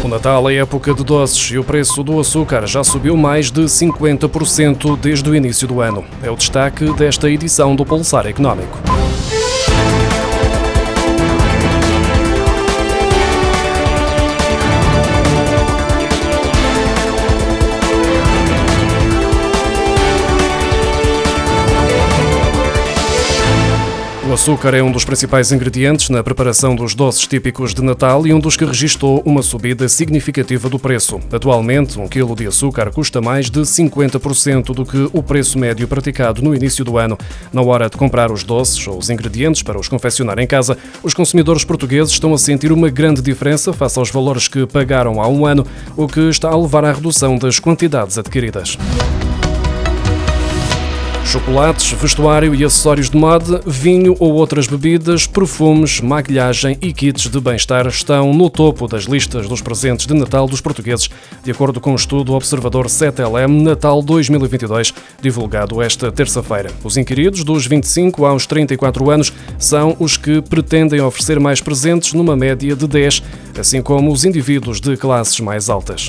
O Natal é época de doces e o preço do açúcar já subiu mais de 50% desde o início do ano. É o destaque desta edição do Pulsar Económico. O açúcar é um dos principais ingredientes na preparação dos doces típicos de Natal e um dos que registou uma subida significativa do preço. Atualmente, 1 quilo de açúcar custa mais de 50% do que o preço médio praticado no início do ano. Na hora de comprar os doces ou os ingredientes para os confeccionar em casa, os consumidores portugueses estão a sentir uma grande diferença face aos valores que pagaram há um ano, o que está a levar à redução das quantidades adquiridas. Chocolates, vestuário e acessórios de moda, vinho ou outras bebidas, perfumes, maquilhagem e kits de bem-estar estão no topo das listas dos presentes de Natal dos portugueses, de acordo com o estudo Observador 7LM Natal 2022, divulgado esta terça-feira. Os inquiridos dos 25 aos 34 anos são os que pretendem oferecer mais presentes numa média de 10, assim como os indivíduos de classes mais altas.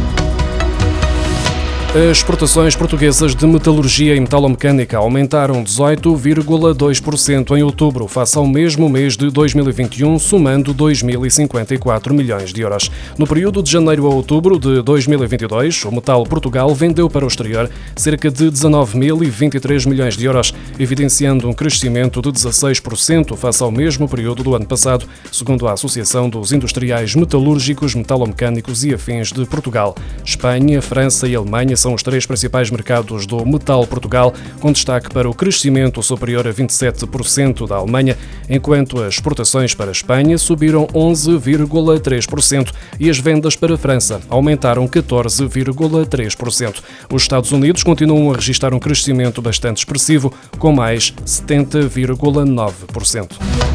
As exportações portuguesas de metalurgia e metalomecânica aumentaram 18,2% em outubro, face ao mesmo mês de 2021, somando 2.054 milhões de euros. No período de janeiro a outubro de 2022, o Metal Portugal vendeu para o exterior cerca de 19.023 milhões de euros, evidenciando um crescimento de 16% face ao mesmo período do ano passado, segundo a Associação dos Industriais Metalúrgicos, Metalomecânicos e Afins de Portugal. Espanha, França e Alemanha são os três principais mercados do Metal Portugal, com destaque para o crescimento superior a 27% da Alemanha, enquanto as exportações para a Espanha subiram 11,3% e as vendas para a França aumentaram 14,3%. Os Estados Unidos continuam a registrar um crescimento bastante expressivo, com mais 70,9%.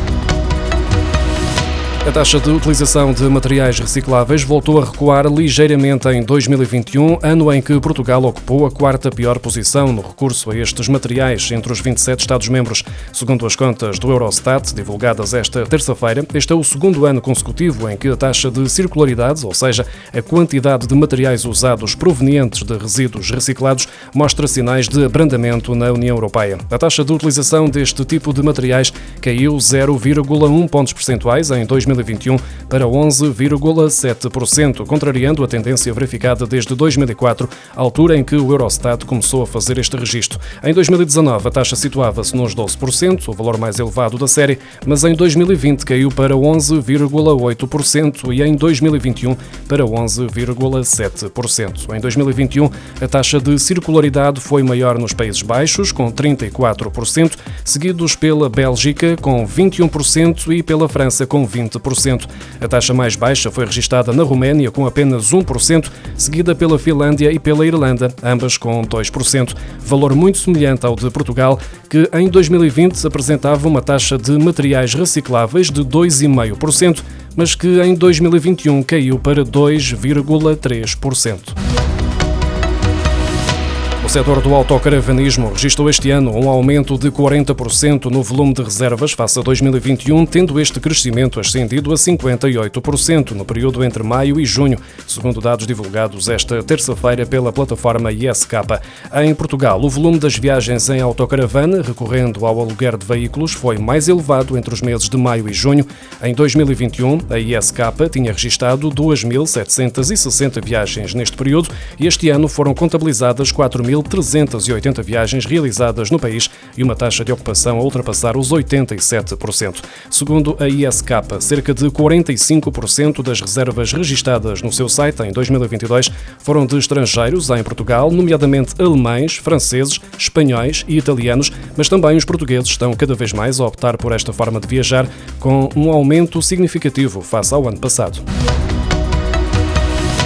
A taxa de utilização de materiais recicláveis voltou a recuar ligeiramente em 2021, ano em que Portugal ocupou a quarta pior posição no recurso a estes materiais entre os 27 Estados-membros. Segundo as contas do Eurostat, divulgadas esta terça-feira, este é o segundo ano consecutivo em que a taxa de circularidade, ou seja, a quantidade de materiais usados provenientes de resíduos reciclados, mostra sinais de abrandamento na União Europeia. A taxa de utilização deste tipo de materiais caiu 0,1 pontos percentuais em 2021 para 11,7%, contrariando a tendência verificada desde 2004, altura em que o Eurostat começou a fazer este registro. Em 2019, a taxa situava-se nos 12%, o valor mais elevado da série, mas em 2020 caiu para 11,8% e em 2021 para 11,7%. Em 2021, a taxa de circularidade foi maior nos Países Baixos, com 34%, seguidos pela Bélgica, com 21% e pela França, com 20%. A taxa mais baixa foi registada na Roménia, com apenas 1%, seguida pela Finlândia e pela Irlanda, ambas com 2%. Valor muito semelhante ao de Portugal, que em 2020 apresentava uma taxa de materiais recicláveis de 2,5%, mas que em 2021 caiu para 2,3%. O setor do autocaravanismo registrou este ano um aumento de 40% no volume de reservas face a 2021, tendo este crescimento ascendido a 58% no período entre maio e junho, segundo dados divulgados esta terça-feira pela plataforma ISK. Em Portugal, o volume das viagens em autocaravana, recorrendo ao aluguer de veículos, foi mais elevado entre os meses de maio e junho. Em 2021, a ISK tinha registado 2.760 viagens neste período e este ano foram contabilizadas 4.380 viagens realizadas no país e uma taxa de ocupação a ultrapassar os 87%. Segundo a ISK, cerca de 45% das reservas registadas no seu site em 2022 foram de estrangeiros em Portugal, nomeadamente alemães, franceses, espanhóis e italianos, mas também os portugueses estão cada vez mais a optar por esta forma de viajar, com um aumento significativo face ao ano passado.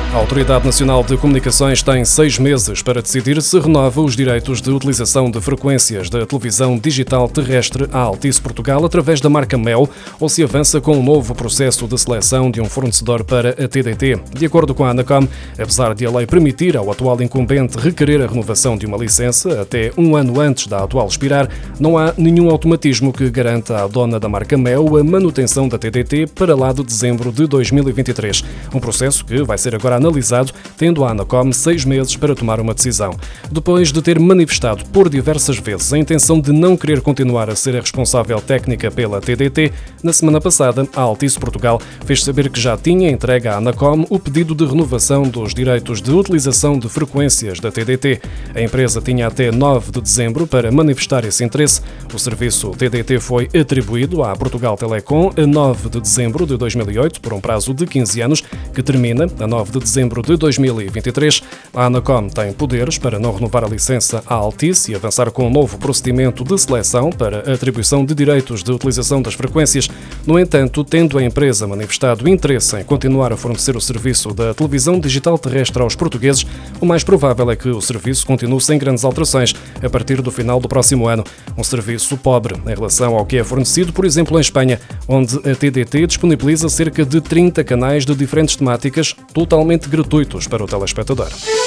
A Autoridade Nacional de Comunicações tem 6 meses para decidir se renova os direitos de utilização de frequências da televisão digital terrestre à Altice Portugal através da marca Mel ou se avança com um novo processo de seleção de um fornecedor para a TDT. De acordo com a Anacom, apesar de a lei permitir ao atual incumbente requerer a renovação de uma licença até um ano antes da atual expirar, não há nenhum automatismo que garanta à dona da marca Mel a manutenção da TDT para lá de dezembro de 2023. Um processo que vai ser agora analisado, tendo a Anacom 6 meses para tomar uma decisão. Depois de ter manifestado por diversas vezes a intenção de não querer continuar a ser a responsável técnica pela TDT, na semana passada, a Altice Portugal fez saber que já tinha entregue à Anacom o pedido de renovação dos direitos de utilização de frequências da TDT. A empresa tinha até 9 de dezembro para manifestar esse interesse. O serviço TDT foi atribuído à Portugal Telecom a 9 de dezembro de 2008, por um prazo de 15 anos, que termina a 9 de dezembro de 2023. A Anacom tem poderes para não renovar a licença à Altice e avançar com um novo procedimento de seleção para a atribuição de direitos de utilização das frequências. No entanto, tendo a empresa manifestado interesse em continuar a fornecer o serviço da televisão digital terrestre aos portugueses, o mais provável é que o serviço continue sem grandes alterações a partir do final do próximo ano. Um serviço pobre em relação ao que é fornecido, por exemplo, em Espanha, onde a TDT disponibiliza cerca de 30 canais de diferentes temáticas totalmente gratuitos para o telespectador.